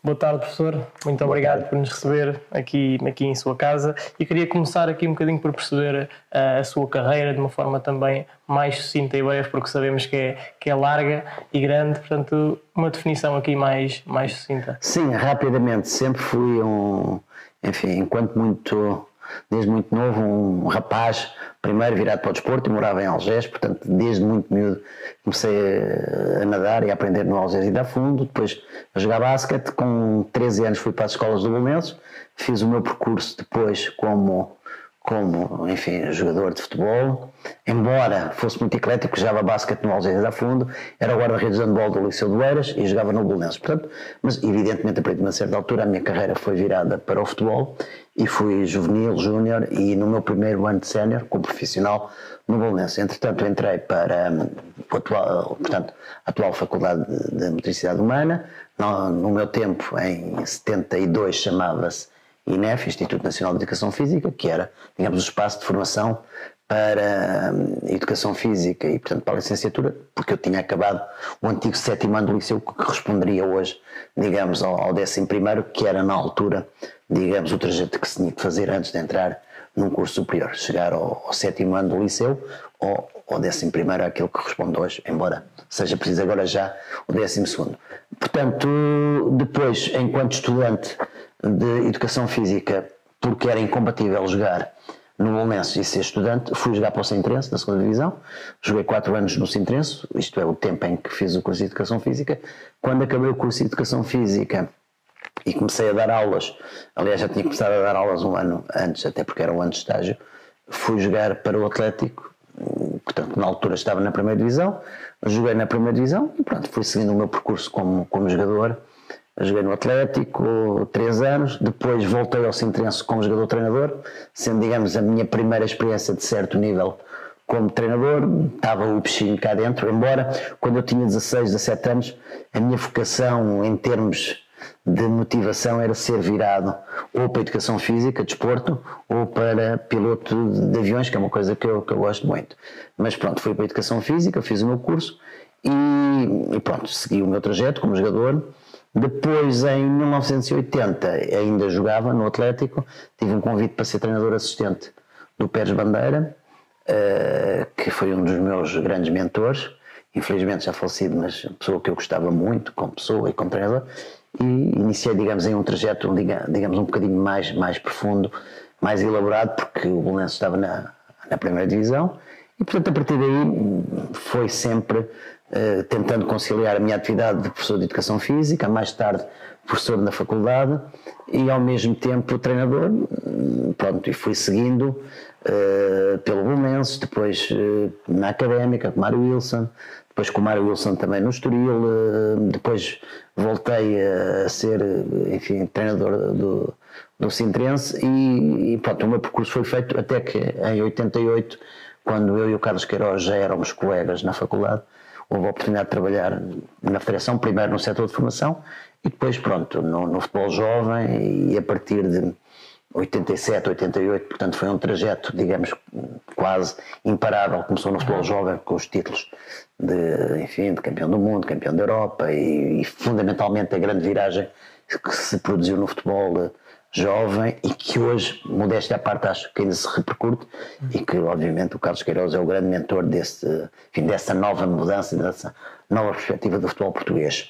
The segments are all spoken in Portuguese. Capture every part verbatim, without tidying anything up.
Boa tarde, professor. Muito Boa obrigado tarde. por nos receber aqui, aqui em sua casa. E queria começar aqui um bocadinho por perceber uh, a sua carreira de uma forma também mais sucinta e breve, porque sabemos que é, que é larga e grande, portanto, uma definição aqui mais, mais sucinta. Sim, rapidamente. Sempre fui um, enfim, enquanto muito, desde muito novo, um rapaz, primeiro virado para o desporto, e morava em Algés, portanto, desde muito miúdo comecei a nadar e a aprender no Algés e da fundo, depois a jogar basquete, com treze anos fui para as escolas do Bolonenses, fiz o meu percurso depois como, como enfim, jogador de futebol, embora fosse muito eclético, jogava basquete no Algés e da fundo, era o guarda-redes de handball do Liceu de Oeiras e jogava no Bolonenses, portanto, mas evidentemente a partir de uma certa altura a minha carreira foi virada para o futebol e fui juvenil, júnior e no meu primeiro ano de sénior como profissional no Bolonenses. Entretanto entrei para um, a, atual, portanto, a atual Faculdade de, de Motricidade Humana, no, no meu tempo em setenta e dois chamava-se I N E F, Instituto Nacional de Educação Física, que era, digamos, o espaço de formação para a Educação Física e, portanto, para a licenciatura, porque eu tinha acabado o antigo sétimo ano do liceu, que corresponderia hoje, digamos, ao, ao décimo primeiro, que era na altura, digamos, o trajeto que se tinha que fazer antes de entrar num curso superior, chegar ao, ao sétimo ano do liceu ou ao décimo primeiro, aquilo que corresponde hoje, embora seja preciso agora já o décimo segundo. Portanto, depois, enquanto estudante de Educação Física, porque era incompatível jogar no Bolonenses e ser estudante, fui jogar para o Sintrense, na segunda divisão, joguei quatro anos no Sintrense, isto é o tempo em que fiz o curso de Educação Física. Quando acabei o curso de Educação Física e comecei a dar aulas, aliás já tinha começado a dar aulas um ano antes, até porque era um ano de estágio, fui jogar para o Atlético, portanto na altura estava na primeira divisão, joguei na primeira divisão e pronto, fui seguindo o meu percurso como, como jogador. Joguei no Atlético três anos, depois voltei ao Sintrense como jogador-treinador, sendo, digamos, a minha primeira experiência de certo nível como treinador. Estava o bichinho cá dentro, embora quando eu tinha dezasseis, dezassete anos, a minha vocação em termos de motivação era ser virado ou para a Educação Física, desporto, ou para piloto de aviões, que é uma coisa que eu, que eu gosto muito. Mas pronto, fui para a Educação Física, fiz o meu curso e, e pronto, segui o meu trajeto como jogador. Depois, em mil novecentos e oitenta, ainda jogava no Atlético, tive um convite para ser treinador assistente do Pérez Bandeira, uh, que foi um dos meus grandes mentores, infelizmente já falecido, mas pessoa que eu gostava muito, como pessoa e como treinador, e iniciei, digamos, em um trajeto, digamos, um bocadinho mais, mais profundo, mais elaborado, porque o Bolonenses estava na, na primeira divisão, e portanto a partir daí foi sempre uh, tentando conciliar a minha atividade de professor de Educação Física, mais tarde professor na faculdade e ao mesmo tempo treinador, pronto, e fui seguindo uh, pelo Bolonenses, depois uh, na Académica com o Mário Wilson, depois com o Mário Wilson também no Estoril, uh, depois voltei a ser, enfim, treinador do, do Sintrense e, e pronto, o meu percurso foi feito até que em oitenta e oito, quando eu e o Carlos Queiroz já éramos colegas na faculdade, houve a oportunidade de trabalhar na Federação, primeiro no setor de formação e depois, pronto, no, no futebol jovem e a partir de oitenta e sete, oitenta e oito, portanto foi um trajeto, digamos, quase imparável. Começou no futebol jovem com os títulos de, enfim, de campeão do mundo, campeão da Europa e, e fundamentalmente a grande viragem que se produziu no futebol jovem e que hoje, modéstia à parte, acho que ainda se repercute e que obviamente o Carlos Queiroz é o grande mentor desse, enfim, dessa nova mudança, dessa nova perspectiva do futebol português.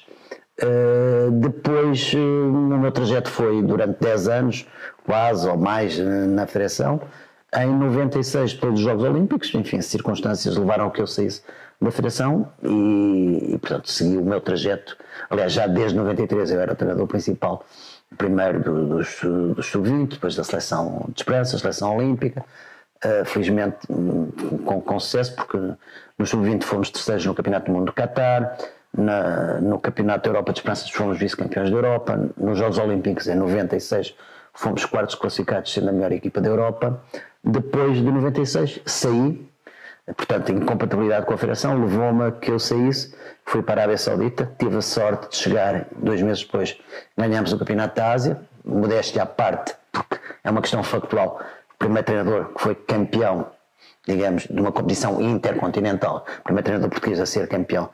Uh, depois uh, o meu trajeto foi durante dez anos, quase ou mais, uh, na Federação. Em noventa e seis, depois dos Jogos Olímpicos, enfim, as circunstâncias levaram a que eu saísse da Federação e, e portanto segui o meu trajeto. Aliás, já desde noventa e três eu era o treinador principal, primeiro do, dos, dos sub vinte, depois da seleção de esperança, a seleção olímpica, uh, felizmente um, com, com sucesso, porque no sub vinte fomos terceiros no Campeonato do Mundo do Qatar, na, no Campeonato da Europa de Esperanças fomos vice-campeões da Europa, nos Jogos Olímpicos em noventa e seis fomos quartos classificados, sendo a melhor equipa da Europa. Depois de noventa e seis saí, portanto, incompatibilidade com a Federação levou-me a que eu saísse, fui para a Arábia Saudita, tive a sorte de chegar, dois meses depois ganhámos o Campeonato da Ásia, modéstia à parte, porque é uma questão factual, o primeiro treinador que foi campeão, digamos, de uma competição intercontinental, o primeiro treinador português a ser campeão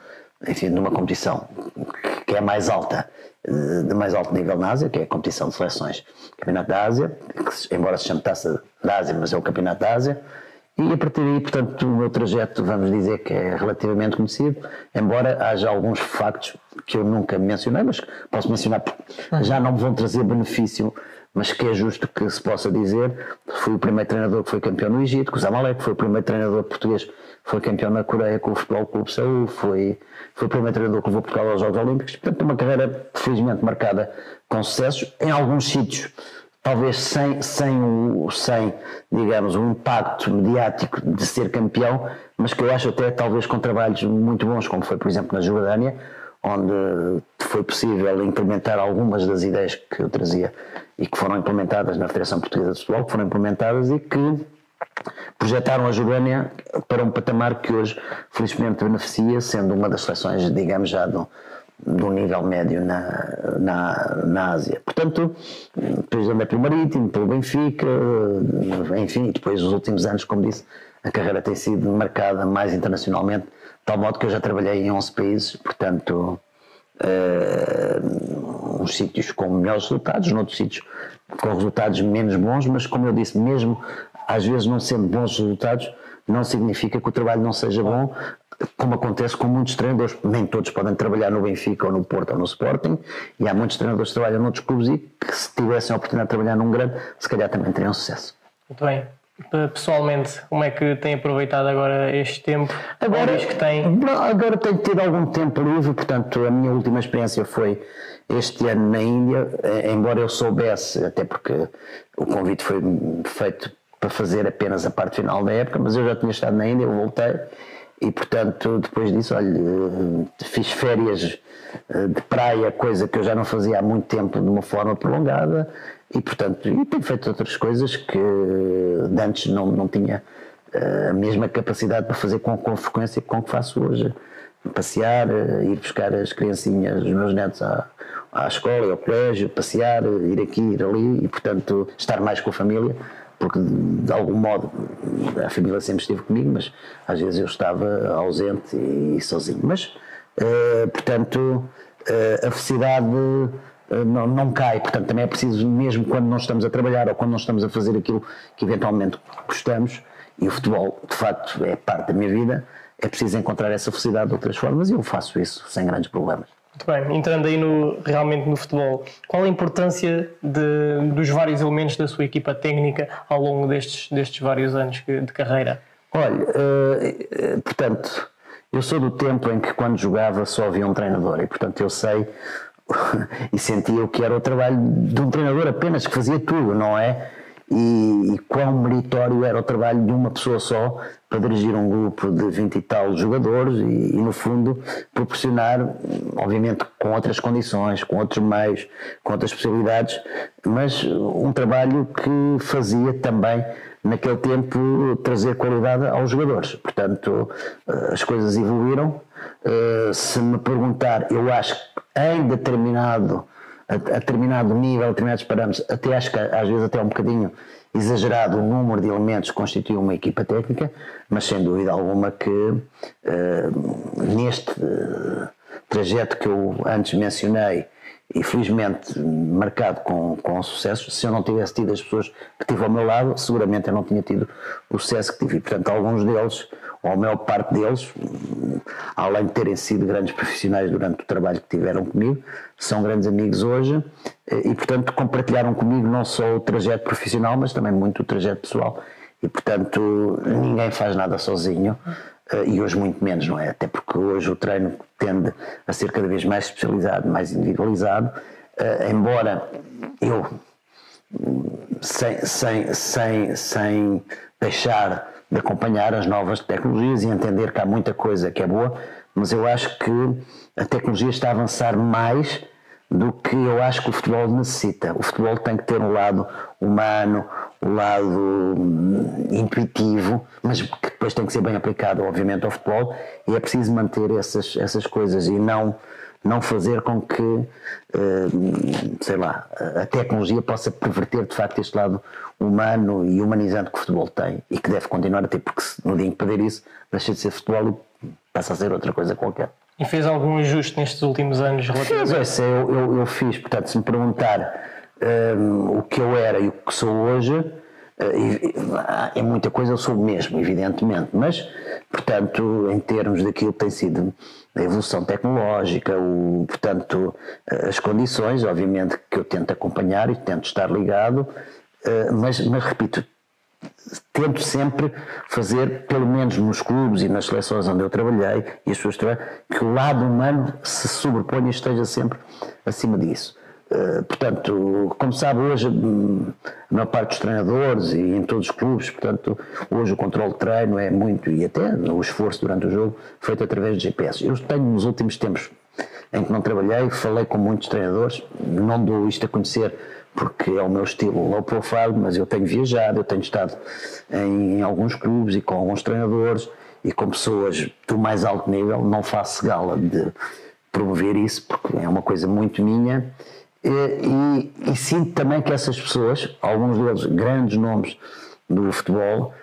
enfim, numa competição que é mais alta, de mais alto nível na Ásia, que é a competição de seleções, Campeonato da Ásia, que, embora se chame Taça da Ásia, mas é o Campeonato da Ásia. E a partir daí, portanto, o meu trajeto, vamos dizer que é relativamente conhecido, embora haja alguns factos que eu nunca mencionei, mas posso mencionar porque já não me vão trazer benefício, mas que é justo que se possa dizer. Fui o primeiro treinador que foi campeão no Egito, com o Zamalek, foi o primeiro treinador português que foi campeão na Coreia com o Futebol Clube de Seul, foi, foi o primeiro treinador que levou Portugal aos Jogos Olímpicos. Portanto, uma carreira felizmente marcada com sucessos, em alguns sítios talvez sem, sem, o, sem, digamos, o impacto mediático de ser campeão, mas que eu acho até talvez com trabalhos muito bons, como foi, por exemplo, na Jordânia, onde foi possível implementar algumas das ideias que eu trazia e que foram implementadas na Federação Portuguesa de Futebol, que foram implementadas e que projetaram a Jordânia para um patamar que hoje, felizmente, beneficia, sendo uma das seleções, digamos, já do do nível médio na, na, na Ásia. Portanto, depois andei pelo Marítimo, pelo Benfica, enfim, depois dos últimos anos, como disse, a carreira tem sido marcada mais internacionalmente, de tal modo que eu já trabalhei em onze países, portanto, uh, uns sítios com melhores resultados, noutros sítios com resultados menos bons, mas como eu disse, mesmo às vezes não sendo bons resultados, não significa que o trabalho não seja bom, como acontece com muitos treinadores. Nem todos podem trabalhar no Benfica ou no Porto ou no Sporting, e há muitos treinadores que trabalham noutros clubes e que, se tivessem a oportunidade de trabalhar num grande, se calhar também teriam sucesso. Muito bem. Pessoalmente, como é que tem aproveitado agora este tempo? Agora, que tem... agora tenho tido algum tempo livre, portanto a minha última experiência foi este ano na Índia, embora eu soubesse, até porque o convite foi feito para fazer apenas a parte final da época, mas eu já tinha estado na Índia, eu voltei. E, portanto, depois disso, olha, fiz férias de praia, coisa que eu já não fazia há muito tempo de uma forma prolongada, e, portanto, e tenho feito outras coisas que de antes não, não tinha a mesma capacidade para fazer com, com frequência com que faço hoje. Passear, ir buscar as criancinhas, os meus netos à, à escola, ao colégio, passear, ir aqui, ir ali, e, portanto, estar mais com a família. Porque de algum modo a família sempre esteve comigo, mas às vezes eu estava ausente e sozinho. Mas, uh, portanto, uh, a felicidade uh, não, não cai, portanto também é preciso, mesmo quando não estamos a trabalhar ou quando não estamos a fazer aquilo que eventualmente gostamos, e o futebol de facto é parte da minha vida, é preciso encontrar essa felicidade de outras formas e eu faço isso sem grandes problemas. Muito bem, entrando aí no, realmente no futebol, qual a importância de, dos vários elementos da sua equipa técnica ao longo destes, destes vários anos de carreira? Olha, uh, portanto, eu sou do tempo em que quando jogava só havia um treinador e, portanto, eu sei e sentia o que era o trabalho de um treinador apenas, que fazia tudo, não é? E, e quão meritório era o trabalho de uma pessoa só para dirigir um grupo de vinte e tal jogadores e, e no fundo proporcionar, obviamente com outras condições, com outros meios, com outras possibilidades, mas um trabalho que fazia também naquele tempo trazer qualidade aos jogadores. Portanto, as coisas evoluíram. Se me perguntar, eu acho que em determinado a determinado nível, a determinados parâmetros, até acho que às vezes até um bocadinho exagerado o número de elementos que constitui uma equipa técnica, mas sem dúvida alguma que uh, neste uh, trajeto que eu antes mencionei e felizmente marcado com, com sucesso, se eu não tivesse tido as pessoas que tive ao meu lado, seguramente eu não tinha tido o sucesso que tive. E, portanto, alguns deles, ou a maior parte deles, além de terem sido grandes profissionais durante o trabalho que tiveram comigo, são grandes amigos hoje e, portanto, compartilharam comigo não só o trajeto profissional, mas também muito o trajeto pessoal. E, portanto, ninguém faz nada sozinho. E hoje muito menos, não é? Até porque hoje o treino tende a ser cada vez mais especializado, mais individualizado, uh, embora eu, sem, sem, sem, sem deixar de acompanhar as novas tecnologias e entender que há muita coisa que é boa, mas eu acho que a tecnologia está a avançar mais do que eu acho que o futebol necessita. O futebol tem que ter um lado humano, um lado intuitivo, mas que depois tem que ser bem aplicado, obviamente, ao futebol, e é preciso manter essas, essas coisas e não, não fazer com que, sei lá, a tecnologia possa perverter de facto este lado humano e humanizante que o futebol tem e que deve continuar a ter, porque se no dia em que perder isso, deixa de ser futebol e passa a ser outra coisa qualquer. E fez algum ajuste nestes últimos anos relativamente? Fiz, eu, eu, eu fiz, portanto, se me perguntar um, o que eu era e o que sou hoje, uh, é muita coisa, eu sou o mesmo, evidentemente, mas, portanto, em termos daquilo que tem sido a evolução tecnológica, o, portanto, as condições, obviamente, que eu tento acompanhar e tento estar ligado, uh, mas, mas, repito, tento sempre fazer, pelo menos nos clubes e nas seleções onde eu trabalhei e as pessoas trabalham, que o lado humano se sobreponha e esteja sempre acima disso. Uh, portanto, como sabe, hoje a maior parte dos treinadores e em todos os clubes, portanto, hoje o controle de treino é muito, e até o esforço durante o jogo, feito através de G P S. Eu tenho nos últimos tempos em que não trabalhei, falei com muitos treinadores, não dou isto a conhecer porque é o meu estilo low profile, mas eu tenho viajado, eu tenho estado em, em alguns clubes e com alguns treinadores e com pessoas do mais alto nível, não faço gala de promover isso porque é uma coisa muito minha e, e, e sinto também que essas pessoas, alguns deles grandes nomes do futebol,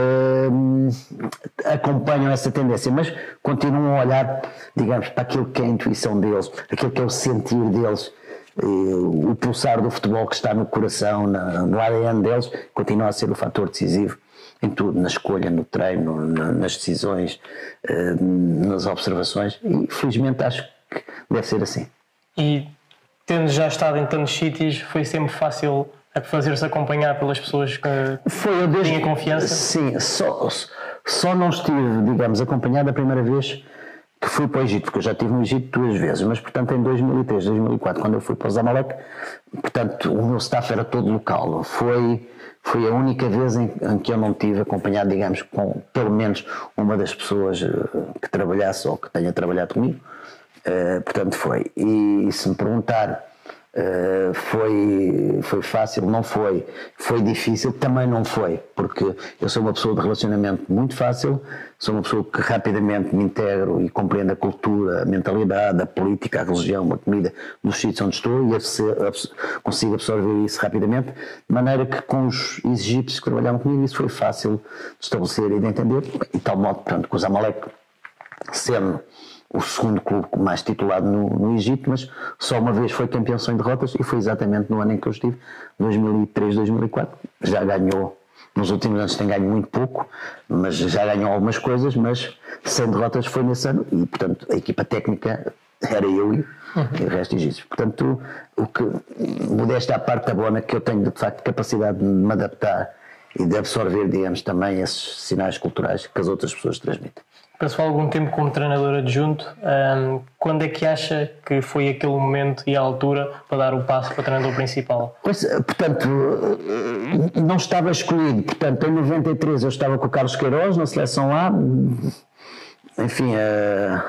Uh, acompanham essa tendência, mas continuam a olhar, digamos, para aquilo que é a intuição deles, aquilo que é o sentir deles, uh, o pulsar do futebol que está no coração, na, no A D N deles, continua a ser o fator decisivo em tudo, na escolha, no treino, na, nas decisões, uh, nas observações, e felizmente acho que deve ser assim. E tendo já estado em tantos sítios, foi sempre fácil a fazer-se acompanhar pelas pessoas que foi, eu desde, tinham confiança? Sim, só, só não estive, digamos, acompanhado a primeira vez que fui para o Egito, porque eu já estive no Egito duas vezes, mas portanto em dois mil e três, dois mil e quatro, quando eu fui para o Zamalek, portanto o meu staff era todo local, foi, foi a única vez em, em que eu não tive acompanhado, digamos, com pelo menos uma das pessoas que trabalhasse ou que tenha trabalhado comigo, uh, portanto foi, e, e se me perguntar Uh, foi, foi fácil, não foi, foi difícil, também não foi, porque eu sou uma pessoa de relacionamento muito fácil, sou uma pessoa que rapidamente me integro e compreendo a cultura, a mentalidade, a política, a religião, a comida dos sítios onde estou e consigo absorver isso rapidamente, de maneira que com os egípcios que trabalhavam comigo isso foi fácil de estabelecer e de entender, e tal modo, portanto, com o Zamalek sendo o segundo clube mais titulado no, no Egito, mas só uma vez foi campeão sem derrotas e foi exatamente no ano em que eu estive, dois mil e três, dois mil e quatro. Já ganhou, nos últimos anos tem ganho muito pouco, mas já ganhou algumas coisas, mas sem derrotas foi nesse ano e, portanto, a equipa técnica era eu e, uhum. e o resto egípcio. Portanto, o que, modéstia à parte da bona, que eu tenho de facto capacidade de me adaptar e de absorver, digamos, também esses sinais culturais que as outras pessoas transmitem. Passou algum tempo como treinador adjunto. Um, quando é que acha que foi aquele momento e a altura para dar o passo para treinador principal? Pois, portanto, não estava escolhido. Portanto, em noventa e três eu estava com o Carlos Queiroz na seleção A. Enfim, a,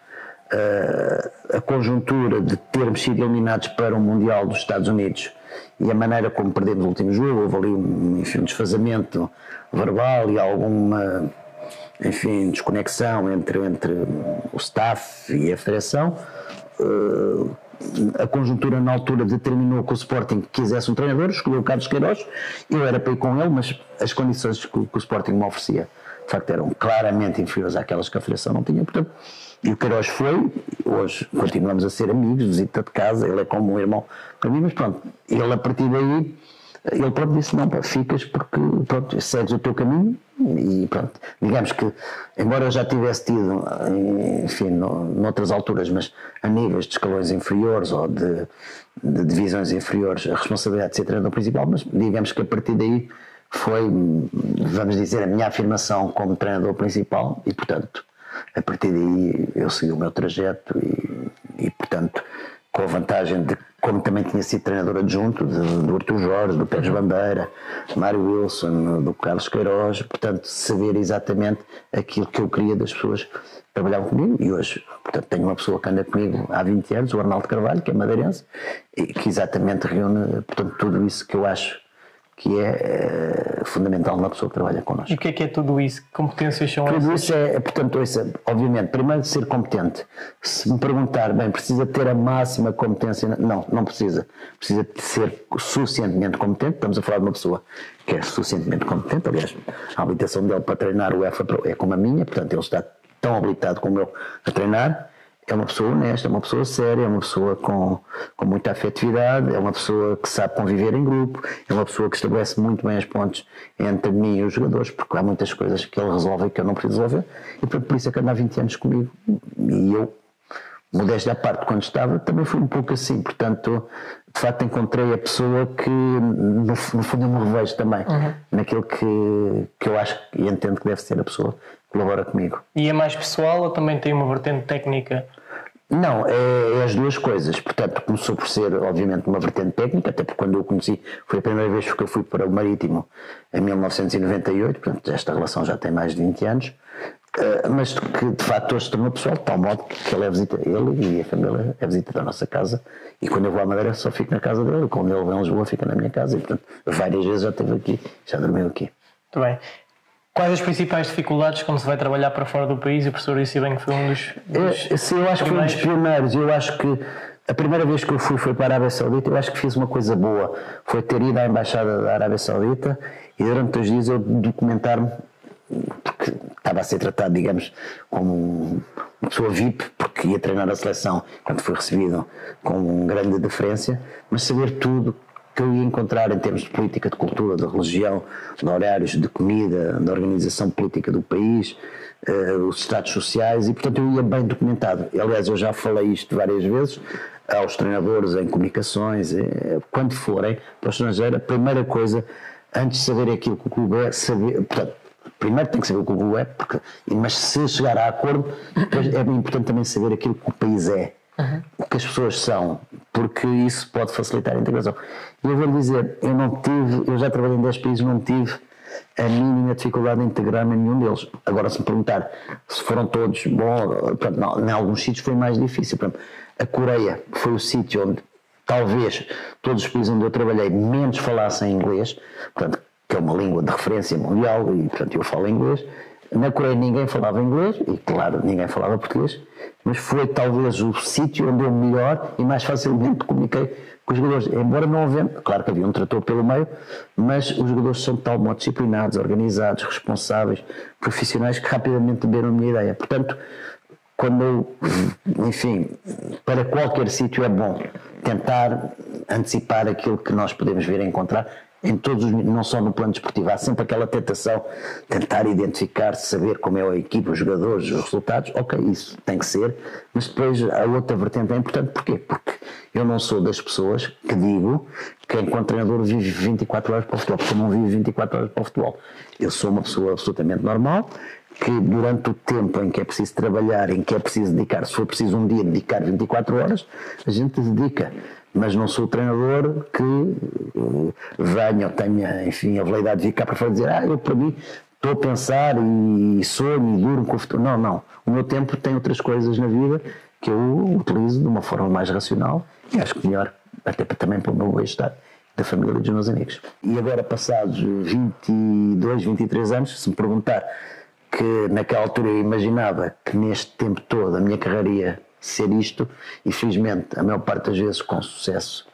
a, a conjuntura de termos sido eliminados para o Mundial dos Estados Unidos e a maneira como perdemos o último jogo, houve ali um, enfim, um desfazamento verbal e alguma... enfim, desconexão entre, entre o staff e a federação. Uh, a conjuntura na altura determinou que o Sporting quisesse um treinador, escolheu o Carlos Queiroz, eu era para ir com ele, mas as condições que, que o Sporting me oferecia, de facto, eram claramente inferiores àquelas que a federação não tinha, portanto, e o Queiroz foi, hoje continuamos a ser amigos, visita de casa, ele é como um irmão para mim, mas pronto, ele a partir daí, ele próprio disse, não, pá, ficas porque, pronto, segues o teu caminho e pronto, digamos que, embora eu já tivesse tido, enfim, no, noutras alturas, mas a níveis de escalões inferiores ou de, de divisões inferiores, a responsabilidade de ser treinador principal, mas digamos que a partir daí foi, vamos dizer, a minha afirmação como treinador principal e, portanto, a partir daí eu segui o meu trajeto e, e portanto, com a vantagem de, como também tinha sido treinador adjunto de, do Artur Jorge, do Pérez Bandeira, Mário Wilson, do Carlos Queiroz, portanto, saber exatamente aquilo que eu queria das pessoas que trabalhavam comigo e hoje, portanto, tenho uma pessoa que anda comigo há vinte anos, o Arnaldo Carvalho, que é madeirense, e que exatamente reúne, portanto, tudo isso que eu acho que é, é fundamental na pessoa que trabalha connosco. E o que é que é tudo isso? Que competências são essas? Tudo isso é, portanto, isso, obviamente, primeiro ser competente. Se me perguntar, bem, precisa ter a máxima competência? Não, não precisa. Precisa de ser suficientemente competente. Estamos a falar de uma pessoa que é suficientemente competente. Aliás, a habilitação dele para treinar o UEFA é como a minha, portanto, ele está tão habilitado como eu a treinar. é uma pessoa honesta, é uma pessoa séria, é uma pessoa com, com muita afetividade, é uma pessoa que sabe conviver em grupo, é uma pessoa que estabelece muito bem as pontes entre mim e os jogadores, porque há muitas coisas que ele resolve e que eu não preciso resolver, e por isso é que anda há vinte anos comigo. E eu, modéstia à parte, quando estava, também fui um pouco assim, portanto, de facto encontrei a pessoa que, no, no fundo, eu me revejo também, uhum. naquilo que, que eu acho e entendo que deve ser a pessoa que colabora comigo. E é mais pessoal ou também tem uma vertente técnica? Não, é, é as duas coisas. Portanto, começou por ser, obviamente, uma vertente técnica, até porque quando eu o conheci foi a primeira vez que eu fui para o Marítimo em mil novecentos e noventa e oito, portanto, esta relação já tem mais de vinte anos, uh, mas que de facto hoje se tornou pessoal, de tal modo que ele é visita, ele e a família é visita da nossa casa, e quando eu vou à Madeira só fico na casa dele, e quando ele vem a Lisboa fica na minha casa, e portanto, várias vezes já esteve aqui, já dormiu aqui. Muito bem. Quais as principais dificuldades quando se vai trabalhar para fora do país? O professor disse bem que foi um dos, dos eu, sim, eu acho primeiros. que foi um dos pioneiros. Eu acho que a primeira vez que eu fui foi para a Arábia Saudita. Eu acho que fiz uma coisa boa. Foi ter ido à Embaixada da Arábia Saudita e durante dois dias eu documentar-me, porque estava a ser tratado, digamos, como uma pessoa V I P, porque ia treinar a seleção, quando fui recebido com grande deferência, mas saber tudo que eu ia encontrar em termos de política, de cultura, de religião, de horários, de comida, da organização política do país, uh, os estados sociais, e portanto eu ia bem documentado. Aliás, eu já falei isto várias vezes aos treinadores em comunicações, eh, quando forem para o estrangeiro, a primeira coisa, antes de saber aquilo que o clube é, saber, portanto, primeiro tem que saber o que o clube é, porque, mas se chegar a acordo, depois é bem importante também saber aquilo que o país é. Uhum. O que as pessoas são, porque isso pode facilitar a integração. E eu vou lhe dizer, eu não tive, eu já trabalhei em dez países, não tive a mínima dificuldade em integrar-me em nenhum deles. Agora, se me perguntar se foram todos bom, portanto, não, em alguns sítios foi mais difícil. Por exemplo, a Coreia foi o sítio onde talvez todos os países onde eu trabalhei menos falassem inglês, portanto, que é uma língua de referência mundial e portanto eu falo inglês. Na Coreia ninguém falava inglês e, claro, ninguém falava português, mas foi talvez o sítio onde eu melhor e mais facilmente comuniquei com os jogadores. Embora não havendo, claro que havia um trator pelo meio, mas os jogadores são de tal modo disciplinados, organizados, responsáveis, profissionais, que rapidamente beberam a minha ideia. Portanto, quando eu, enfim, para qualquer sítio é bom tentar antecipar aquilo que nós podemos vir a encontrar, em todos os, não só no plano desportivo, há sempre aquela tentação, tentar identificar, saber como é a equipa, os jogadores, os resultados, ok, isso tem que ser, mas depois a outra vertente é importante, porquê? Porque eu não sou das pessoas que digo que enquanto treinador vive vinte e quatro horas para o futebol, porque eu não vivo vinte e quatro horas para o futebol. Eu sou uma pessoa absolutamente normal, que durante o tempo em que é preciso trabalhar, em que é preciso dedicar, se for preciso um dia dedicar vinte e quatro horas, a gente dedica. Mas não sou o treinador que uh, venha ou tenha, enfim, a veleidade de vir cá para fora dizer, ah, eu para mim estou a pensar e sonho e durmo com o futuro. Não, não. O meu tempo tem outras coisas na vida que eu utilizo de uma forma mais racional e acho que melhor, até também para o meu bem-estar, da família e dos meus amigos. E agora, passados vinte e dois, vinte e três anos, se me perguntar que naquela altura eu imaginava que neste tempo todo a minha carreira ia ser isto, e felizmente a maior parte das vezes com sucesso,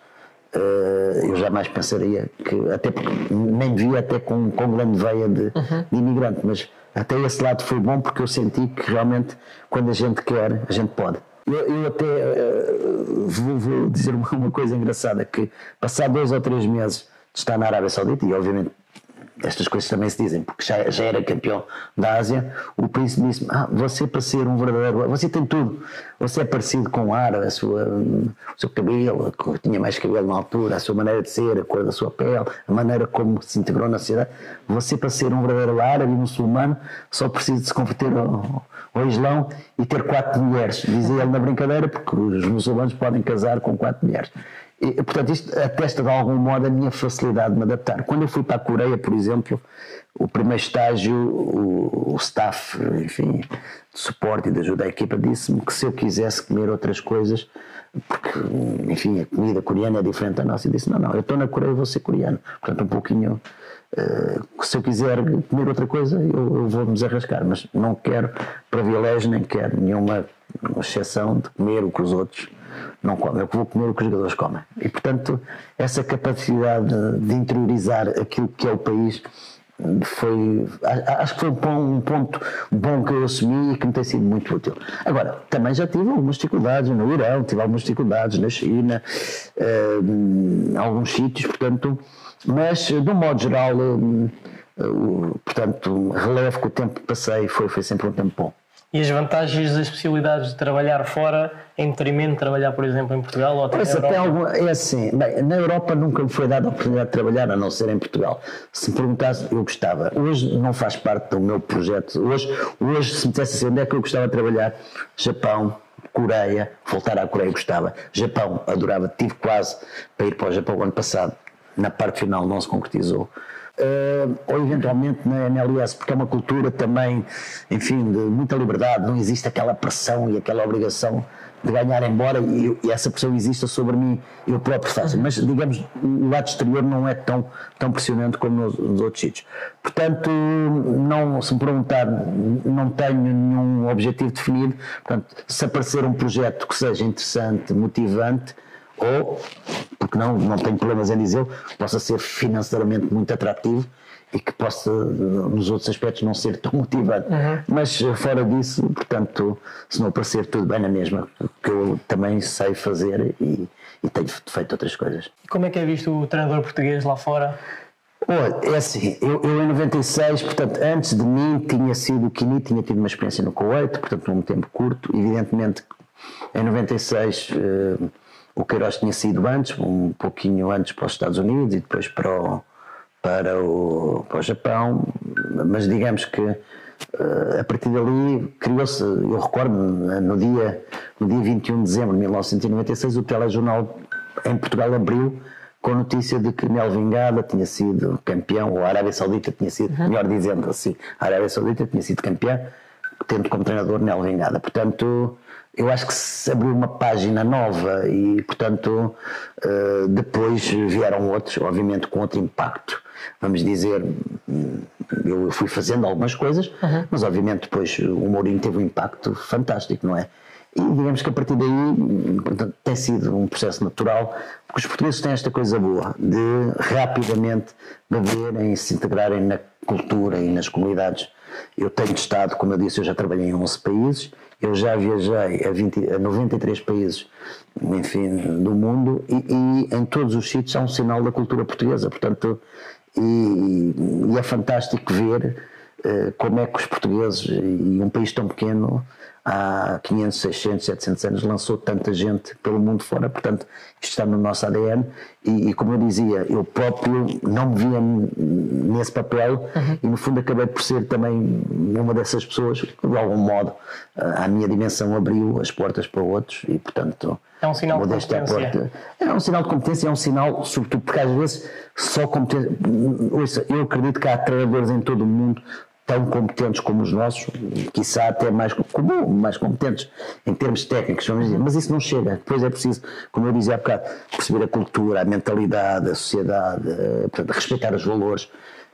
uh, eu jamais pensaria que, até porque nem via até com, com grande veia de, uhum. de imigrante, mas até esse lado foi bom porque eu senti que realmente quando a gente quer, a gente pode. Eu, eu até uh, vou, vou dizer uma, uma coisa engraçada, que passar dois ou três meses de estar na Arábia Saudita, e obviamente estas coisas também se dizem, porque já, já era campeão da Ásia, o príncipe disse-me, ah, você para ser um verdadeiro, você tem tudo, você é parecido com o árabe, a sua, o seu cabelo, tinha mais cabelo na altura, a sua maneira de ser, a cor da sua pele, a maneira como se integrou na sociedade, você para ser um verdadeiro árabe e muçulmano só precisa de se converter ao, ao Islão e ter quatro mulheres, dizia ele na brincadeira, porque os muçulmanos podem casar com quatro mulheres. E, portanto, isto atesta de algum modo a minha facilidade de me adaptar. Quando eu fui para a Coreia, por exemplo, o primeiro estágio, o, o staff, enfim, de suporte e de ajuda à equipa, disse-me que se eu quisesse comer outras coisas, porque, enfim, a comida coreana é diferente da nossa, e disse, não, não, eu estou na Coreia e vou ser coreano. Portanto, um pouquinho, uh, se eu quiser comer outra coisa, eu, eu vou-me desarrascar, mas não quero privilégio, nem quero nenhuma exceção de comer o que os outros não comem, eu vou comer o que os jogadores comem. E, portanto, essa capacidade de interiorizar aquilo que é o país foi, acho que foi um ponto bom que eu assumi e que me tem sido muito útil. Agora, também já tive algumas dificuldades no Irão, tive algumas dificuldades na China, em alguns sítios, portanto, mas de um modo geral, portanto, relevo que o tempo que passei foi, foi sempre um tempo bom. E as vantagens das possibilidades de trabalhar fora, em detrimento de trabalhar, por exemplo, em Portugal ou até na Europa? Algum, é assim, bem, na Europa nunca me foi dada a oportunidade de trabalhar, a não ser em Portugal. Se me perguntasse, eu gostava. Hoje não faz parte do meu projeto. Hoje, hoje se me dissesse assim, onde é que eu gostava de trabalhar? Japão, Coreia, voltar à Coreia gostava. Japão, adorava. Tive quase para ir para o Japão o ano passado. Na parte final não se concretizou. Uh, ou eventualmente na N L S, porque é uma cultura também, enfim, de muita liberdade, não existe aquela pressão e aquela obrigação de ganhar embora, e, e essa pressão existe sobre mim, eu próprio faço, mas digamos, o lado exterior não é tão, tão pressionante como nos, nos outros sítios. Portanto, não, se me perguntar, não tenho nenhum objetivo definido. Portanto, se aparecer um projeto que seja interessante, motivante, ou, porque não, não tenho problemas em dizer, possa ser financeiramente muito atrativo e que possa, nos outros aspectos, não ser tão motivante. Uhum. Mas fora disso, portanto, se não aparecer, tudo bem na mesma, que eu também sei fazer e, e tenho feito outras coisas. E como é que é visto o treinador português lá fora? Olha, é assim, eu, eu em noventa e seis, portanto, antes de mim tinha sido o Kini, tinha tido uma experiência no Kuwait, portanto, num tempo curto. Evidentemente, em noventa e seis... Uh, o Queiroz tinha sido antes, um pouquinho antes para os Estados Unidos e depois para o, para o, para o Japão, mas digamos que uh, a partir dali criou-se, eu recordo no dia, no dia vinte e um de dezembro de mil novecentos e noventa e seis, o telejornal em Portugal abriu com a notícia de que Nel Vingada tinha sido campeão, ou a Arábia Saudita tinha sido, uhum. melhor dizendo assim, a Arábia Saudita tinha sido campeã, tendo como treinador Nel Vingada. Portanto, eu acho que se abriu uma página nova e, portanto, uh, depois vieram outros, obviamente com outro impacto. Vamos dizer, eu fui fazendo algumas coisas, uhum. mas obviamente depois o Mourinho teve um impacto fantástico, não é? E digamos que a partir daí, portanto, tem sido um processo natural, porque os portugueses têm esta coisa boa de rapidamente beberem e se integrarem na cultura e nas comunidades. Eu tenho estado, como eu disse, eu já trabalhei em onze países, eu já viajei a, vinte, a noventa e três países, enfim, do mundo, e, e em todos os sítios há um sinal da cultura portuguesa, portanto, e, e é fantástico ver uh, como é que os portugueses, e um país tão pequeno, há quinhentos, seiscentos, setecentos anos, lançou tanta gente pelo mundo fora, portanto, isto está no nosso A D N, e, e como eu dizia, eu próprio não me via nesse papel, uhum. e no fundo acabei por ser também uma dessas pessoas que, de algum modo, a minha dimensão abriu as portas para outros, e portanto... É um sinal de competência. Porta. É um sinal de competência, é um sinal, sobretudo porque às vezes só competência... Ouça, eu acredito que há treinadores em todo o mundo tão competentes como os nossos, quiçá até mais, como, mais competentes em termos técnicos, vamos dizer, mas isso não chega. Depois é preciso, como eu dizia há bocado, perceber a cultura, a mentalidade, a sociedade, portanto, respeitar os valores.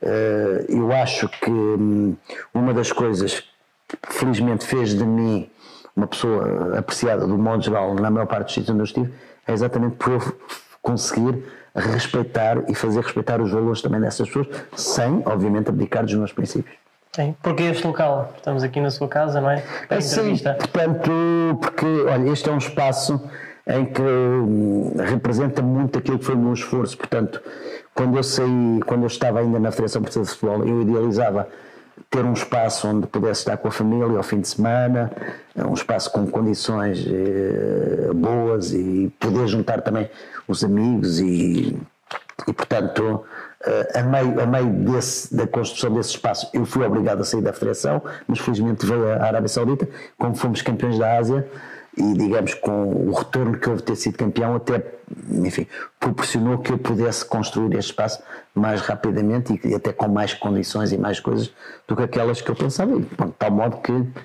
Eu acho que uma das coisas que felizmente fez de mim uma pessoa apreciada do modo geral na maior parte dos sítios onde eu estive é exatamente por eu conseguir respeitar e fazer respeitar os valores também dessas pessoas, sem, obviamente, abdicar dos meus princípios. Sim, porque este local, estamos aqui na sua casa, não é? Para a entrevista. Sim, portanto, porque, olha, este é um espaço em que hum, representa muito aquilo que foi o meu esforço, portanto, quando eu saí, quando eu estava ainda na Federação Portuguesa de Futebol, eu idealizava ter um espaço onde pudesse estar com a família ao fim de semana, um espaço com condições eh, boas e poder juntar também os amigos e, e portanto, Uh, a meio, a meio desse, da construção desse espaço eu fui obrigado a sair da Federação, mas felizmente veio a Arábia Saudita, como fomos campeões da Ásia e digamos com o retorno que houve de ter sido campeão até, enfim, proporcionou que eu pudesse construir este espaço mais rapidamente e até com mais condições e mais coisas do que aquelas que eu pensava, e, bom, de tal modo que uh,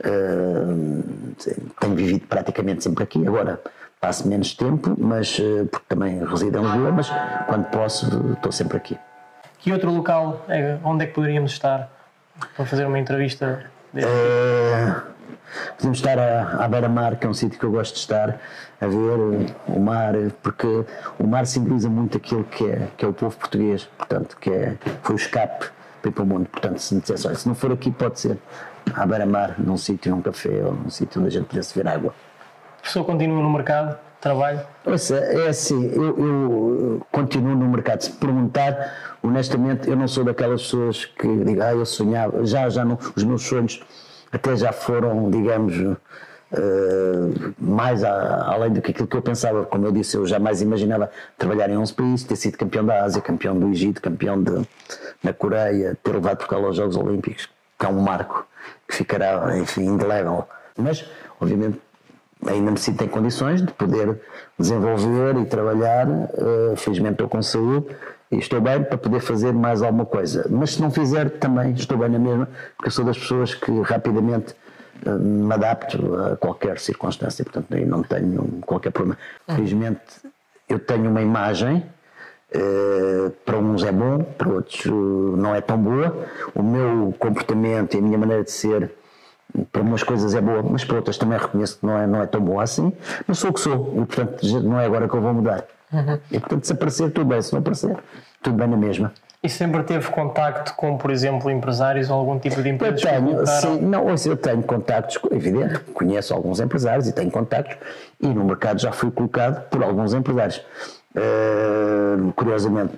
tenho vivido praticamente sempre aqui. Agora passo menos tempo, mas porque também resido em Lisboa, mas quando posso estou sempre aqui. Que outro local, é, onde é que poderíamos estar para fazer uma entrevista deste é, podemos estar à, à beira-mar, que é um sítio que eu gosto de estar a ver o mar, porque o mar simboliza muito aquilo que é, que é o povo português, portanto, que é, foi o escape para ir para o mundo. Portanto, se me dissesse, olha, se não for aqui, pode ser à beira-mar, num sítio, num café ou num sítio onde a gente pudesse ver água. A pessoa continua no mercado de trabalho? Ouça, é assim, eu, eu continuo no mercado. Se perguntar, honestamente, eu não sou daquelas pessoas que digam, ah, eu sonhava, já, já não, os meus sonhos até já foram, digamos, uh, mais a, além do que aquilo que eu pensava. Como eu disse, eu jamais imaginava trabalhar em onze países, ter sido campeão da Ásia, campeão do Egito, campeão de, na Coreia, ter levado Portugal aos Jogos Olímpicos, que é um marco que ficará, enfim, indelével. Mas, obviamente, ainda me sinto em condições de poder desenvolver e trabalhar. Uh, felizmente estou com saúde e estou bem para poder fazer mais alguma coisa. Mas se não fizer, também estou bem na mesma, porque eu sou das pessoas que rapidamente uh, me adapto a qualquer circunstância, portanto aí não tenho qualquer problema. Felizmente eu tenho uma imagem, uh, para uns é bom, para outros uh, não é tão boa. O meu comportamento e a minha maneira de ser para umas coisas é boa, mas para outras também reconheço que não é, não é tão boa assim, mas sou o que sou e portanto não é agora que eu vou mudar. Uhum. E portanto se aparecer tudo bem, se não aparecer tudo bem na mesma. E sempre teve contacto com, por exemplo, empresários ou algum tipo de empresas? Eu tenho, que colocaram... sim, não, eu tenho contactos, evidente, conheço alguns empresários e tenho contactos e no mercado já fui colocado por alguns empresários. Uh, curiosamente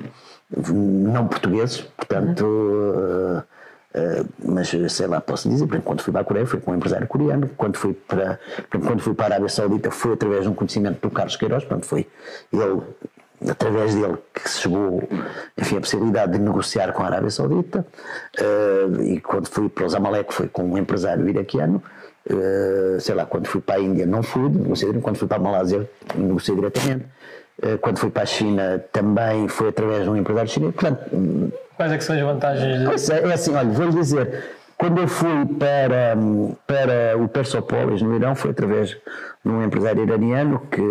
não portugueses, portanto uhum. uh, Uh, mas sei lá, posso dizer, por exemplo, quando fui para a Coreia fui com um empresário coreano, quando fui para, quando fui para a Arábia Saudita foi através de um conhecimento do Carlos Queiroz, portanto foi ele, através dele que se chegou, enfim, a possibilidade de negociar com a Arábia Saudita. Uh, e quando fui para o Zamalek foi com um empresário iraquiano. Uh, sei lá, quando fui para a Índia não fui, negociei, quando fui para a Malásia negociei diretamente. Quando fui para a China também foi através de um empresário chinês. Portanto, quais é que são as vantagens? De... É assim, olha, vou-lhe dizer, quando eu fui para, para o Persepolis no Irão foi através de um empresário iraniano que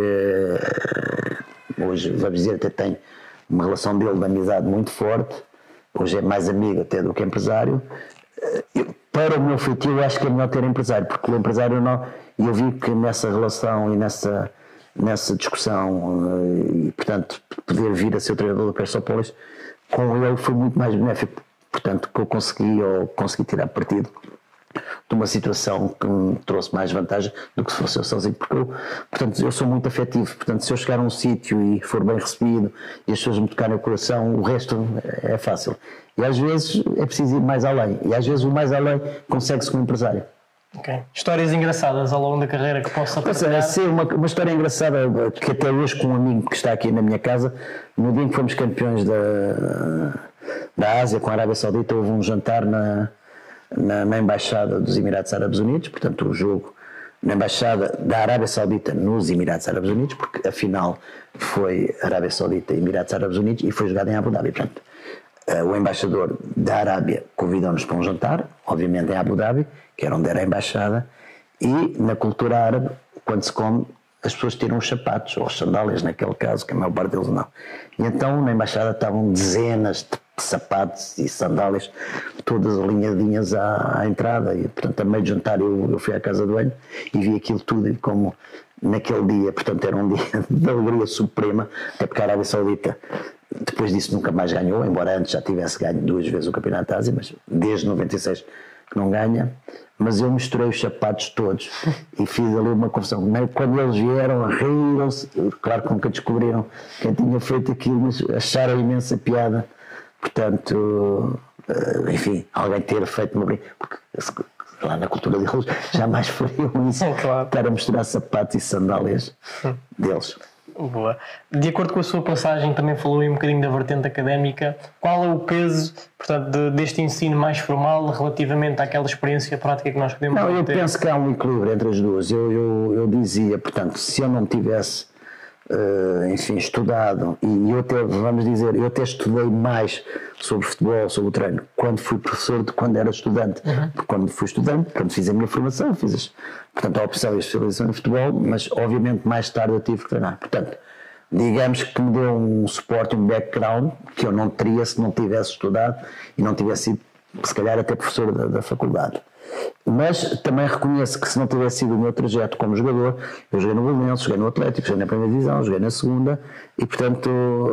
hoje, vamos dizer, até tem uma relação dele de amizade muito forte, hoje é mais amigo até do que empresário. Eu, para o meu feitio eu acho que é melhor ter empresário, porque o empresário não, eu vi que nessa relação e nessa nessa discussão e, portanto, poder vir a ser o treinador do Persepolis, com ele foi muito mais benéfico. Portanto, que eu consegui, ou consegui tirar partido de uma situação que me trouxe mais vantagem do que se fosse eu sozinho, porque eu, portanto, eu sou muito afetivo. Portanto, se eu chegar a um sítio e for bem recebido e as pessoas me tocarem o coração, o resto é fácil. E às vezes é preciso ir mais além. E às vezes o mais além consegue-se com um empresário. Okay. Histórias engraçadas ao longo da carreira que possa partilhar? Sim, uma, uma história engraçada que até hoje com um amigo que está aqui na minha casa, no dia em que fomos campeões da, da Ásia com a Arábia Saudita, houve um jantar na, na, na Embaixada dos Emirados Árabes Unidos, portanto o jogo na Embaixada da Arábia Saudita nos Emirados Árabes Unidos, porque a final foi Arábia Saudita e Emirados Árabes Unidos e foi jogada em Abu Dhabi. Portanto, o embaixador da Arábia convidou-nos para um jantar, obviamente em Abu Dhabi, que era onde era a embaixada, e na cultura árabe, quando se come, as pessoas tiram os sapatos, ou as sandálias naquele caso, que a maior parte deles não. E então na embaixada estavam dezenas de sapatos e sandálias, todas alinhadinhas à, à entrada, e portanto a meio de jantar eu, eu fui à casa do banho e vi aquilo tudo, e como naquele dia, portanto era um dia de alegria suprema, até porque a Arábia Saudita depois disso nunca mais ganhou, embora antes já tivesse ganho duas vezes o Campeonato da Ásia, mas desde noventa e seis que não ganha. Mas eu misturei os sapatos todos e fiz ali uma confusão. Quando eles vieram, riram-se, claro que nunca descobriram quem tinha feito aquilo, mas acharam imensa piada. Portanto, enfim, alguém ter feito uma brincadeira, porque lá na cultura deles jamais fariam isso, claro. Estar a misturar sapatos e sandálias deles. Boa. De acordo com a sua passagem, também falou aí um bocadinho da vertente académica. Qual é o peso, portanto, de, deste ensino mais formal relativamente àquela experiência prática que nós podemos não, ter? Eu penso que há um equilíbrio entre as duas. Eu, eu, eu dizia, portanto, se eu não tivesse, uh, enfim, estudado, e eu até, vamos dizer, eu até estudei mais sobre futebol, sobre o treino, quando fui professor de quando era estudante. Uhum. Porque quando fui estudante, quando fiz a minha formação, fiz as, portanto, a opção e a especialização em futebol, mas obviamente mais tarde eu tive que treinar. Portanto, digamos que me deu um suporte, um background que eu não teria se não tivesse estudado e não tivesse sido, se calhar, até professor da, da faculdade. Mas também reconheço que se não tivesse sido o meu trajeto como jogador, eu joguei no Belenenses, joguei no Atlético, joguei na primeira divisão, joguei na segunda, e portanto,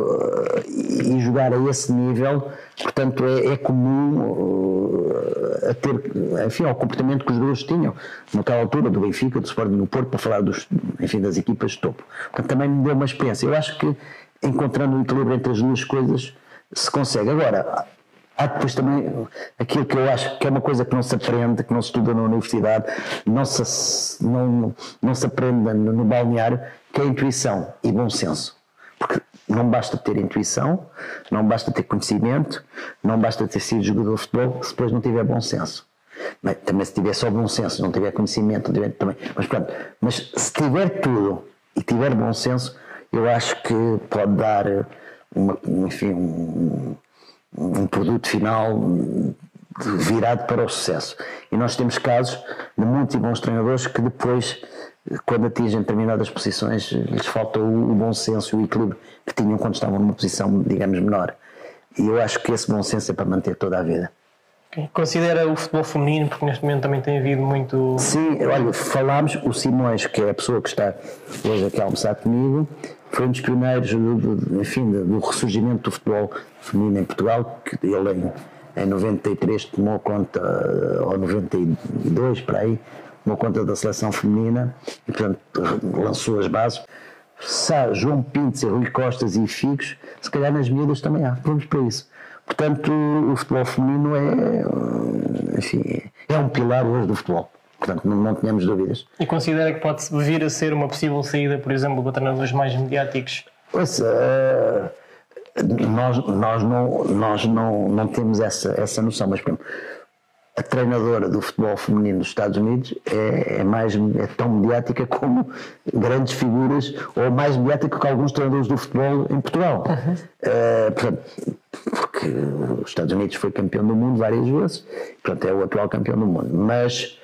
e jogar a esse nível, portanto, é, é comum a ter, enfim, ao comportamento que os jogadores tinham naquela altura, do Benfica, do Sporting, do Porto, para falar dos, enfim, das equipas de topo. Portanto, também me deu uma experiência. Eu acho que encontrando um equilíbrio entre as duas coisas se consegue. Agora, há depois também aquilo que eu acho que é uma coisa que não se aprende, que não se estuda na universidade, não se, não, não se aprende no, no balneário, que é a intuição e bom senso. Porque não basta ter intuição, não basta ter conhecimento, não basta ter sido jogador de futebol, se depois não tiver bom senso. Mas, também se tiver só bom senso, não tiver conhecimento, não tiver, também, mas pronto, mas se tiver tudo e tiver bom senso, eu acho que pode dar uma, enfim, um, um produto final virado para o sucesso. E nós temos casos de muitos e bons treinadores que depois, quando atingem determinadas posições, lhes falta o, o bom senso e o equilíbrio que tinham quando estavam numa posição, digamos, menor. E eu acho que esse bom senso é para manter toda a vida. Okay. Considera o futebol feminino, porque neste momento também tem havido muito... Sim, olha, falámos, o Simões, que é a pessoa que está hoje aqui a almoçar comigo, foi um dos pioneiros do, do, enfim, do ressurgimento do futebol feminino em Portugal, que ele em, em noventa e três tomou conta, ou noventa e dois, para aí, tomou conta da seleção feminina e, portanto, lançou as bases. Sá, João Pinto, Rui Costas e Figos, se calhar nas miúdas também há, vamos para isso. Portanto, o futebol feminino é, enfim, é um pilar hoje do futebol. Portanto, não, não tenhamos dúvidas. E considera que pode vir a ser uma possível saída, por exemplo, para treinadores mais mediáticos? Ouça, uh, nós, nós, não, nós não, não temos essa, essa noção, mas, por exemplo, a treinadora do futebol feminino dos Estados Unidos é, é, mais, é tão mediática como grandes figuras, ou mais mediática que alguns treinadores do futebol em Portugal. Uhum. Uh, portanto, porque os Estados Unidos foi campeão do mundo várias vezes, portanto é o atual campeão do mundo. Mas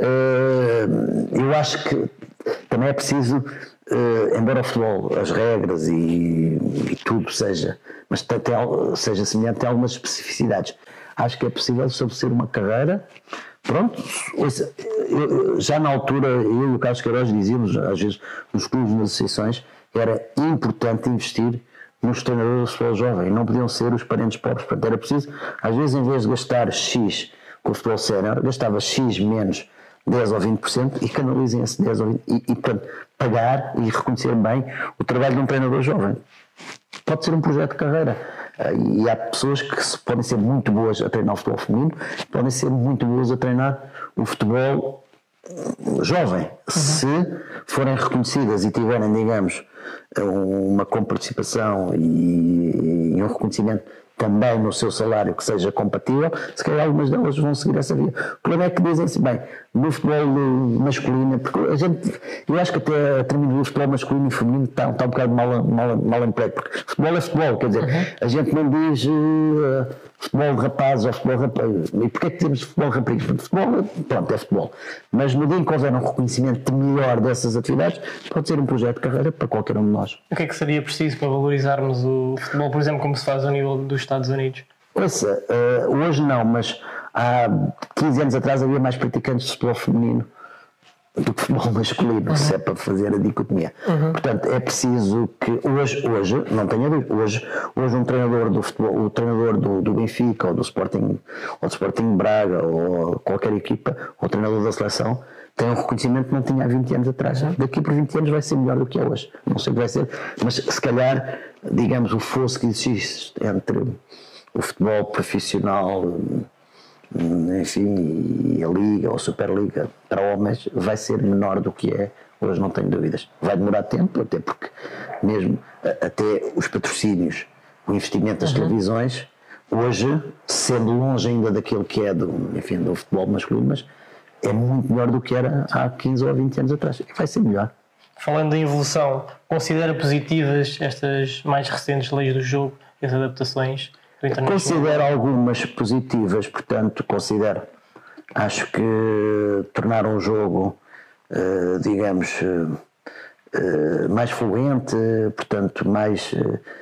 uh, eu acho que também é preciso, uh, embora o futebol, as regras e, e tudo seja, mas tem, seja semelhante, tem algumas especificidades. Acho que é possível estabelecer uma carreira. Pronto, ouça, eu, já na altura, eu e o Carlos Queiroz dizíamos, às vezes, nos clubes, nas associações, era importante investir nos treinadores de futebol jovem, não podiam ser os parentes pobres. Portanto, era preciso, às vezes, em vez de gastar X com o futebol sénior, gastava X menos dez ou vinte por cento e canalizem esse dez ou vinte por cento e, e portanto, pagar e reconhecer bem o trabalho de um treinador jovem. Pode ser um projeto de carreira. E há pessoas que podem ser muito boas a treinar o futebol feminino, podem ser muito boas a treinar o futebol jovem. Uhum. Se forem reconhecidas e tiverem, digamos, uma comparticipação e, e um reconhecimento também no seu salário que seja compatível, se calhar algumas delas vão seguir essa via. O problema é que dizem-se, bem, no futebol masculino, porque a gente, eu acho que até a terminologia do futebol masculino e feminino está, está um bocado mal, mal, mal emprego, porque futebol é futebol, quer dizer, uhum. a gente não diz uh, futebol de rapazes ou futebol de rapazes. E porquê é que temos futebol de rapazes? Porque futebol, pronto, é futebol. Mas no dia em que houver um reconhecimento melhor dessas atividades, pode ser um projeto de carreira para qualquer um de nós. O que é que seria preciso para valorizarmos o futebol, por exemplo, como se faz ao nível dos Estados Unidos? Ouça, uh, hoje não, mas há quinze anos atrás havia mais praticantes de futebol feminino do que futebol masculino, uhum. se é para fazer a dicotomia. Uhum. Portanto, é preciso que hoje, hoje não tenha dúvida, hoje, hoje um treinador do futebol, o treinador do, do Benfica ou do Sporting, ou do Sporting Braga ou qualquer equipa, ou o treinador da seleção, tem um reconhecimento que não tinha há vinte anos atrás. Uhum. Daqui por vinte anos vai ser melhor do que é hoje. Não sei o que vai ser, mas se calhar, digamos, o fosso que existe entre o futebol profissional, enfim, e a Liga ou a Superliga para homens vai ser menor do que é hoje, não tenho dúvidas. Vai demorar tempo, até porque mesmo até os patrocínios, o investimento das uhum. televisões, hoje, sendo longe ainda daquilo que é do, enfim, do futebol masculino, mas é muito melhor do que era há quinze ou vinte anos atrás. E vai ser melhor. Falando da evolução, considera positivas estas mais recentes leis do jogo, as adaptações? Considero algumas positivas, portanto, considero, acho que tornaram o jogo, uh, digamos, uh, uh, mais fluente, portanto, mais,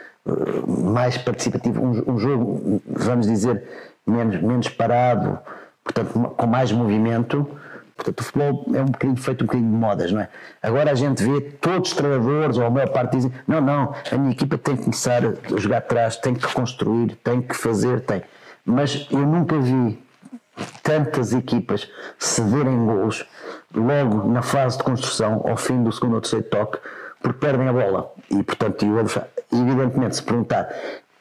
uh, mais participativo, um, um jogo, vamos dizer, menos, menos parado, portanto, com mais movimento. Portanto, o futebol é um bocadinho feito um bocadinho de modas, não é? Agora a gente vê todos os treinadores, ou a maior parte dizem, não, não, a minha equipa tem que começar a jogar atrás, tem que construir, tem que fazer, tem. Mas eu nunca vi tantas equipas cederem golos logo na fase de construção, ao fim do segundo ou terceiro toque, porque perdem a bola. E, portanto, eu, evidentemente, se perguntar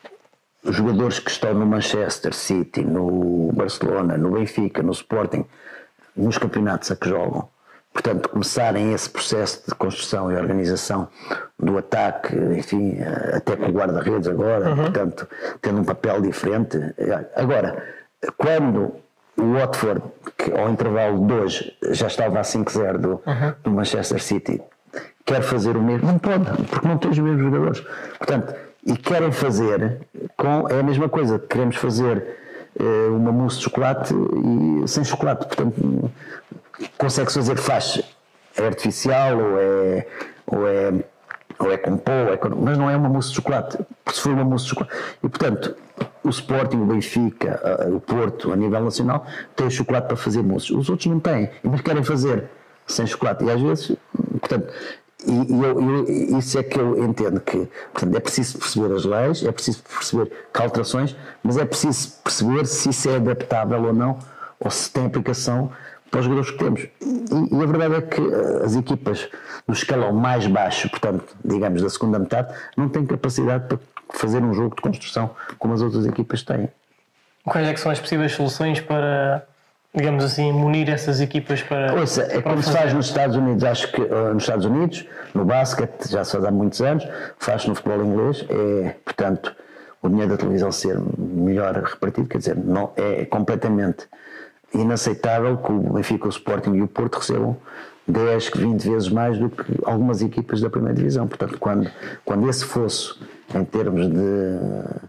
os jogadores que estão no Manchester City, no Barcelona, no Benfica, no Sporting, nos campeonatos a que jogam, portanto, começarem esse processo de construção e organização do ataque, enfim, até com o guarda-redes agora, uhum. portanto, tendo um papel diferente. Agora, quando o Watford, que ao intervalo de hoje já estava a cinco a zero do, uhum. do Manchester City, quer fazer o mesmo, não pode, porque não tem os mesmos jogadores. Portanto, e querem fazer, com, é a mesma coisa, queremos fazer uma mousse de chocolate e sem chocolate, portanto consegue-se fazer faz, é artificial ou é ou é, ou é com pó, é com, mas não é uma mousse de chocolate, se for uma mousse de chocolate, e portanto o Sporting, o Benfica, o Porto a nível nacional tem o chocolate para fazer mousses, os outros não têm, mas querem fazer sem chocolate, e às vezes, portanto, E, e eu, eu, isso é que eu entendo que, portanto, é preciso perceber as leis, é preciso perceber que alterações, mas é preciso perceber se isso é adaptável ou não, ou se tem aplicação para os jogadores que temos. E, e a verdade é que as equipas do escalão mais baixo, portanto, digamos da segunda metade, não têm capacidade para fazer um jogo de construção como as outras equipas têm. Quais é que são as possíveis soluções para, digamos assim, munir essas equipas para... Ouça, é como se faz nos Estados Unidos, acho que uh, nos Estados Unidos, no basquete, já se faz há muitos anos, faz no futebol inglês, é, portanto, o dinheiro da televisão ser melhor repartido, quer dizer, não, é completamente inaceitável que o Benfica, o Sporting e o Porto recebam dez, vinte vezes mais do que algumas equipas da primeira divisão. Portanto, quando, quando esse fosso, em termos de...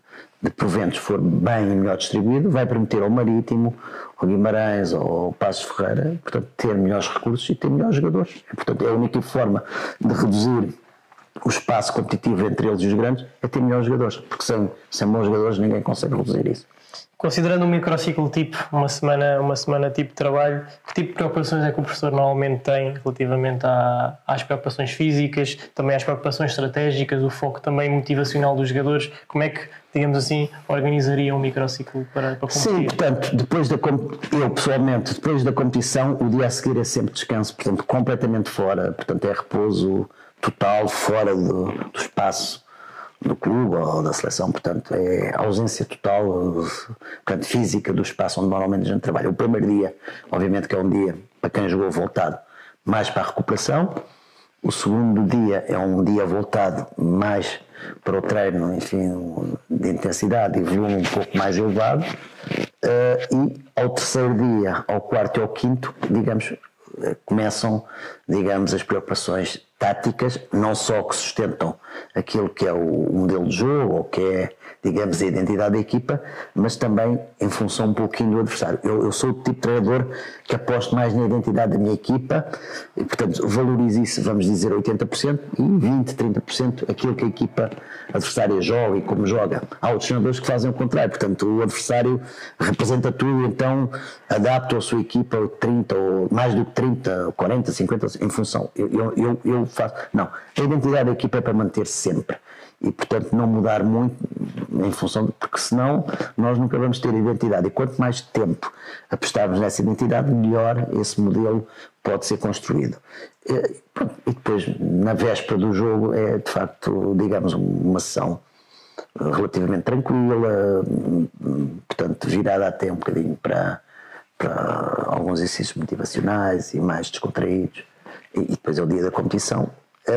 de proventos for bem e melhor distribuído, vai permitir ao Marítimo, ao Guimarães, ao Passos Ferreira, portanto, ter melhores recursos e ter melhores jogadores. E, portanto, é a única forma de reduzir o espaço competitivo entre eles e os grandes é ter melhores jogadores, porque sem, sem bons jogadores ninguém consegue reduzir isso. Considerando um microciclo tipo, uma semana, uma semana tipo de trabalho, que tipo de preocupações é que o professor normalmente tem relativamente à, às preocupações físicas, também às preocupações estratégicas, o foco também motivacional dos jogadores? Como é que, digamos assim, organizaria um microciclo para, para competir? Sim, portanto, depois da, eu pessoalmente, depois da competição, o dia a seguir é sempre descanso, portanto, completamente fora, portanto, é repouso total, fora do, do espaço do clube ou da seleção, portanto é ausência total, portanto, física do espaço onde normalmente a gente trabalha. O primeiro dia, obviamente que é um dia para quem jogou voltado mais para a recuperação, o segundo dia é um dia voltado mais para o treino, enfim, de intensidade e volume um pouco mais elevado, e ao terceiro dia, ao quarto e ao quinto, digamos, começam, digamos, as preocupações táticas, não só que sustentam aquilo que é o modelo de jogo, ou que é, digamos, a identidade da equipa, mas também em função um pouquinho do adversário. Eu, eu sou o tipo de treinador que aposto mais na identidade da minha equipa e, portanto, valorizo isso, vamos dizer, oitenta por cento e vinte, trinta por cento aquilo que a equipa adversária joga e como joga. Há outros treinadores que fazem o contrário, portanto, o adversário representa tudo, então adapta a sua equipa trinta ou mais do que trinta, quarenta, cinquenta, em função. Eu, eu, eu, eu faço. Não, a identidade da equipa é para manter sempre. E, portanto, não mudar muito em função de, porque senão nós nunca vamos ter identidade. E quanto mais tempo apostarmos nessa identidade, melhor esse modelo pode ser construído. E, e depois, na véspera do jogo, é de facto, digamos, uma sessão relativamente tranquila, portanto, virada até um bocadinho para, para alguns exercícios motivacionais e mais descontraídos. E, e depois é o dia da competição,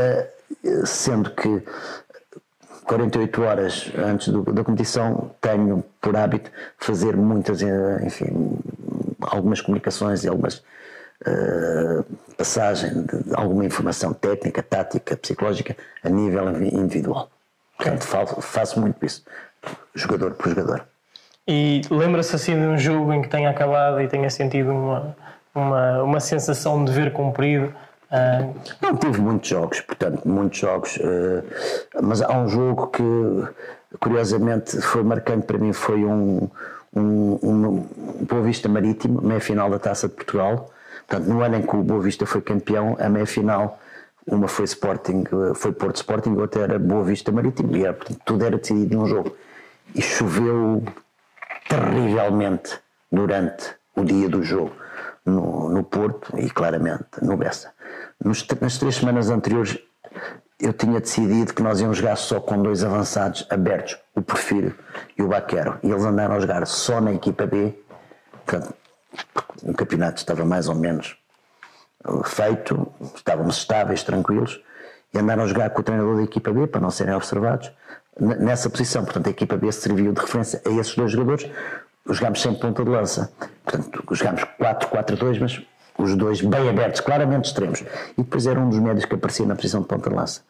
sendo que quarenta e oito horas antes do, da competição tenho por hábito fazer muitas, enfim, algumas comunicações e algumas uh, passagens de alguma informação técnica, tática, psicológica a nível individual. Portanto, faço, faço muito isso, jogador por jogador. E lembra-se assim de um jogo em que tenha acabado e tenha sentido uma, uma, uma sensação de dever cumprido? Uh... Não tive muitos jogos, portanto, muitos jogos, uh, mas há um jogo que curiosamente foi marcante para mim, foi um, um, um, um Boa Vista Marítimo, meia-final da Taça de Portugal. Portanto, no ano em que o Boa Vista foi campeão, a meia-final, uma foi Sporting, foi Porto Sporting, outra era Boa Vista Marítimo, e era, portanto, tudo era decidido num jogo. E choveu terrivelmente durante o dia do jogo no, no Porto e claramente no Bessa. Nos, nas três semanas anteriores eu tinha decidido que nós íamos jogar só com dois avançados abertos, o Porfírio e o Baquero, e eles andaram a jogar só na equipa B. Portanto, o campeonato estava mais ou menos feito, estávamos estáveis, tranquilos, e andaram a jogar com o treinador da equipa B para não serem observados nessa posição. Portanto, a equipa B serviu de referência a esses dois jogadores. Jogámos sem ponta de lança, portanto jogámos quatro quatro dois, mas os dois bem abertos, claramente extremos, e depois era um dos médios que aparecia na posição de ponta de lança.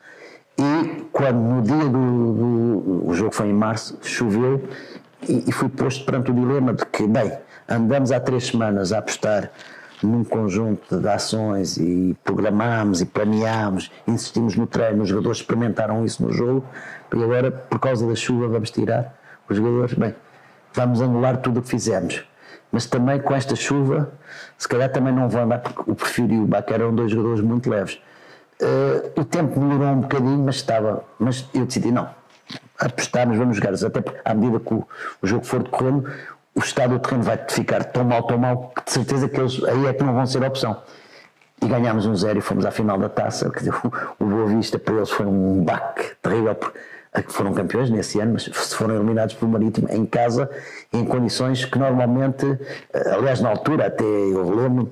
E quando no dia do, do o jogo foi em março, choveu, e, e fui posto perante o dilema de que, bem, andamos há três semanas a apostar num conjunto de ações e programámos e planeámos, insistimos no treino, os jogadores experimentaram isso no jogo, e agora, por causa da chuva, vamos tirar os jogadores. Bem, vamos anular tudo o que fizemos, mas também com esta chuva se calhar também não vão andar, porque o Porfírio e o Baquero eram dois jogadores muito leves. Uh, o tempo melhorou um bocadinho, mas estava, mas eu decidi não, apostarmos, vamos jogar, até porque à medida que o, o jogo for decorrendo, o estado do terreno vai ficar tão mal, tão mal, que de certeza que eles aí é que não vão ser a opção. E ganhámos um zero e fomos à final da taça. Quer dizer, o Boa Vista para eles foi um baque terrível, porque foram campeões nesse ano, mas se foram eliminados pelo Marítimo em casa, em condições que normalmente, aliás na altura até eu lembro,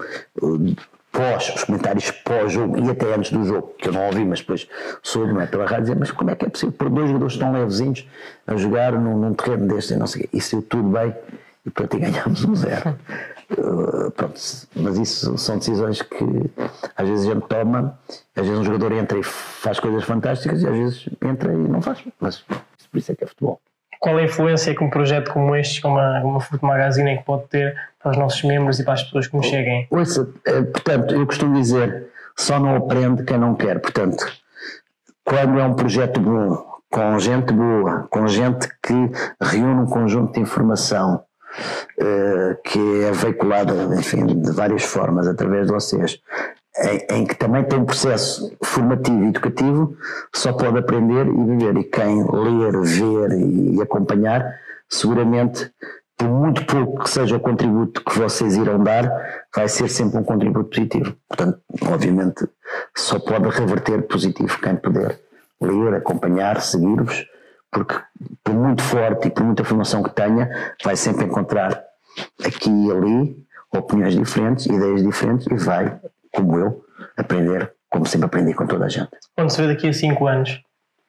pós, os comentários pós-jogo e até antes do jogo, que eu não ouvi, mas depois soube, não é, pela rádio, dizer, mas como é que é possível por dois jogadores tão levezinhos a jogar num, num terreno deste, não sei o quê, e saiu tudo bem, e pronto, e ganhámos um zero. Uh, pronto, mas isso são decisões que às vezes a gente toma, às vezes um jogador entra e faz coisas fantásticas e às vezes entra e não faz, mas por isso é que é futebol. Qual é a influência que um projeto como este, como uma, uma Foot Magazine, é que pode ter para os nossos membros e para as pessoas que nos cheguem? Ouça, portanto, eu costumo dizer, só não aprende quem não quer. Portanto, quando é um projeto bom, com gente boa, com gente que reúne um conjunto de informação uh, que é veiculada, enfim, de várias formas, através de vocês, em, em que também tem um processo formativo e educativo, só pode aprender e viver. E quem ler, ver e acompanhar, seguramente, por muito pouco que seja o contributo que vocês irão dar, vai ser sempre um contributo positivo. Portanto, obviamente, só pode reverter positivo quem puder ler, acompanhar, seguir-vos, porque por muito forte e por muita formação que tenha, vai sempre encontrar aqui e ali opiniões diferentes, ideias diferentes, e vai, como eu, aprender, como sempre aprendi com toda a gente. Quando se vê daqui a cinco anos?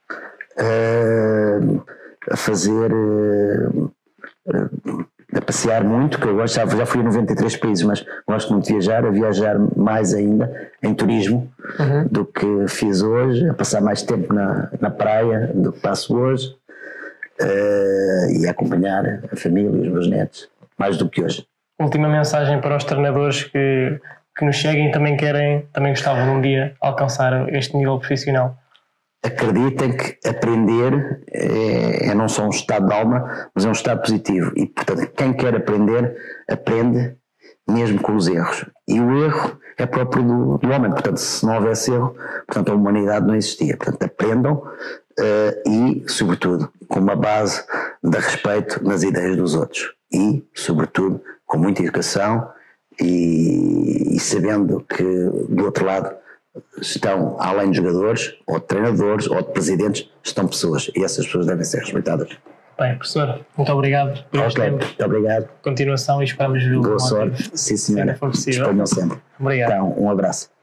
Uh, a fazer... Uh, uh, a passear muito, que eu gosto, já, já fui a noventa e três países, mas gosto muito de viajar, a viajar mais ainda em turismo, uhum, do que fiz hoje, a passar mais tempo na, na praia do que passo hoje, uh, e a acompanhar a família e os meus netos, mais do que hoje. Última mensagem para os treinadores que, que nos cheguem e também querem, também gostavam de um dia alcançar este nível profissional. Acreditem que aprender é, é não só um estado de alma, mas é um estado positivo. E, portanto, quem quer aprender, aprende mesmo com os erros. E o erro é próprio do, do homem. Portanto, se não houvesse erro, portanto, a humanidade não existia. Portanto, aprendam uh, e, sobretudo, com uma base de respeito nas ideias dos outros. E, sobretudo, com muita educação e, e sabendo que, do outro lado, estão, além de jogadores, ou de treinadores, ou de presidentes, estão pessoas, e essas pessoas devem ser respeitadas. Bem, professor, muito obrigado por este tempo. Muito obrigado. Continuação e esperamos vê-lo. Boa sorte. Sim, senhora. Disponham sempre. Obrigado. Então, um abraço.